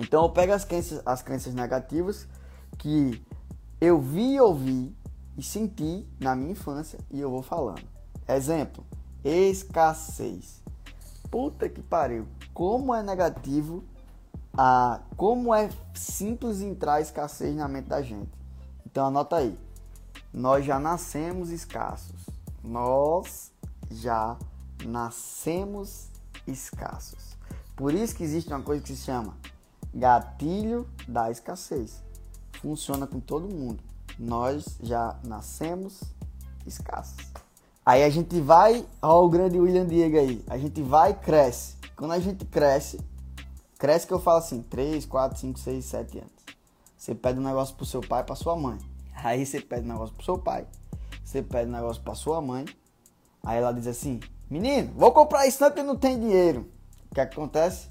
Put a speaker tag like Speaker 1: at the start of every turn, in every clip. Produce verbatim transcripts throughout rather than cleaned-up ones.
Speaker 1: Então eu pego as crenças, as crenças negativas que eu vi, ouvi e senti na minha infância e eu vou falando. Exemplo, escassez. Puta que pariu. Como é negativo, a, como é simples entrar escassez na mente da gente. Então anota aí. Nós já nascemos escassos. Nós já nascemos escassos. Por isso que existe uma coisa que se chama gatilho da escassez. Funciona com todo mundo. Nós já nascemos escassos. Aí a gente vai, ó o grande William Diego aí, a gente vai e cresce. Quando a gente cresce, cresce que eu falo assim, três, quatro, cinco, seis, sete anos. Você pede um negócio pro seu pai e pra sua mãe. Aí você pede um negócio pro seu pai, você pede um negócio pra sua mãe. Aí ela diz assim, menino, vou comprar isso não porque não tem dinheiro. O que acontece?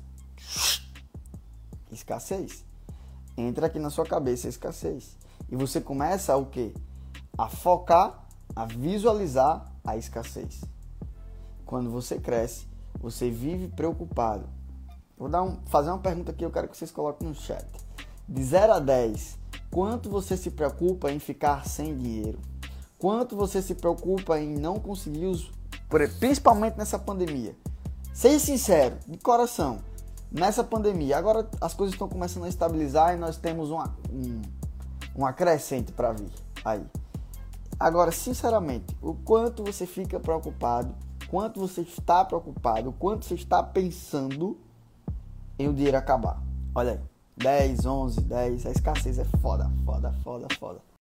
Speaker 1: Escassez. Entra aqui na sua cabeça a escassez. E você começa a o quê? A focar, a visualizar a escassez. Quando você cresce, você vive preocupado. Vou dar um, fazer uma pergunta aqui, eu quero que vocês coloquem no chat. De zero a dez, quanto você se preocupa em ficar sem dinheiro? Quanto você se preocupa em não conseguir os... Principalmente nessa pandemia. Seja sincero, de coração. Nessa pandemia, agora as coisas estão começando a estabilizar e nós temos uma, um, uma crescente para vir aí. Agora, sinceramente, o quanto você fica preocupado, quanto você está preocupado, o quanto você está pensando em o dinheiro acabar. Olha aí, dez, onze, dez, a escassez é foda, foda, foda, foda.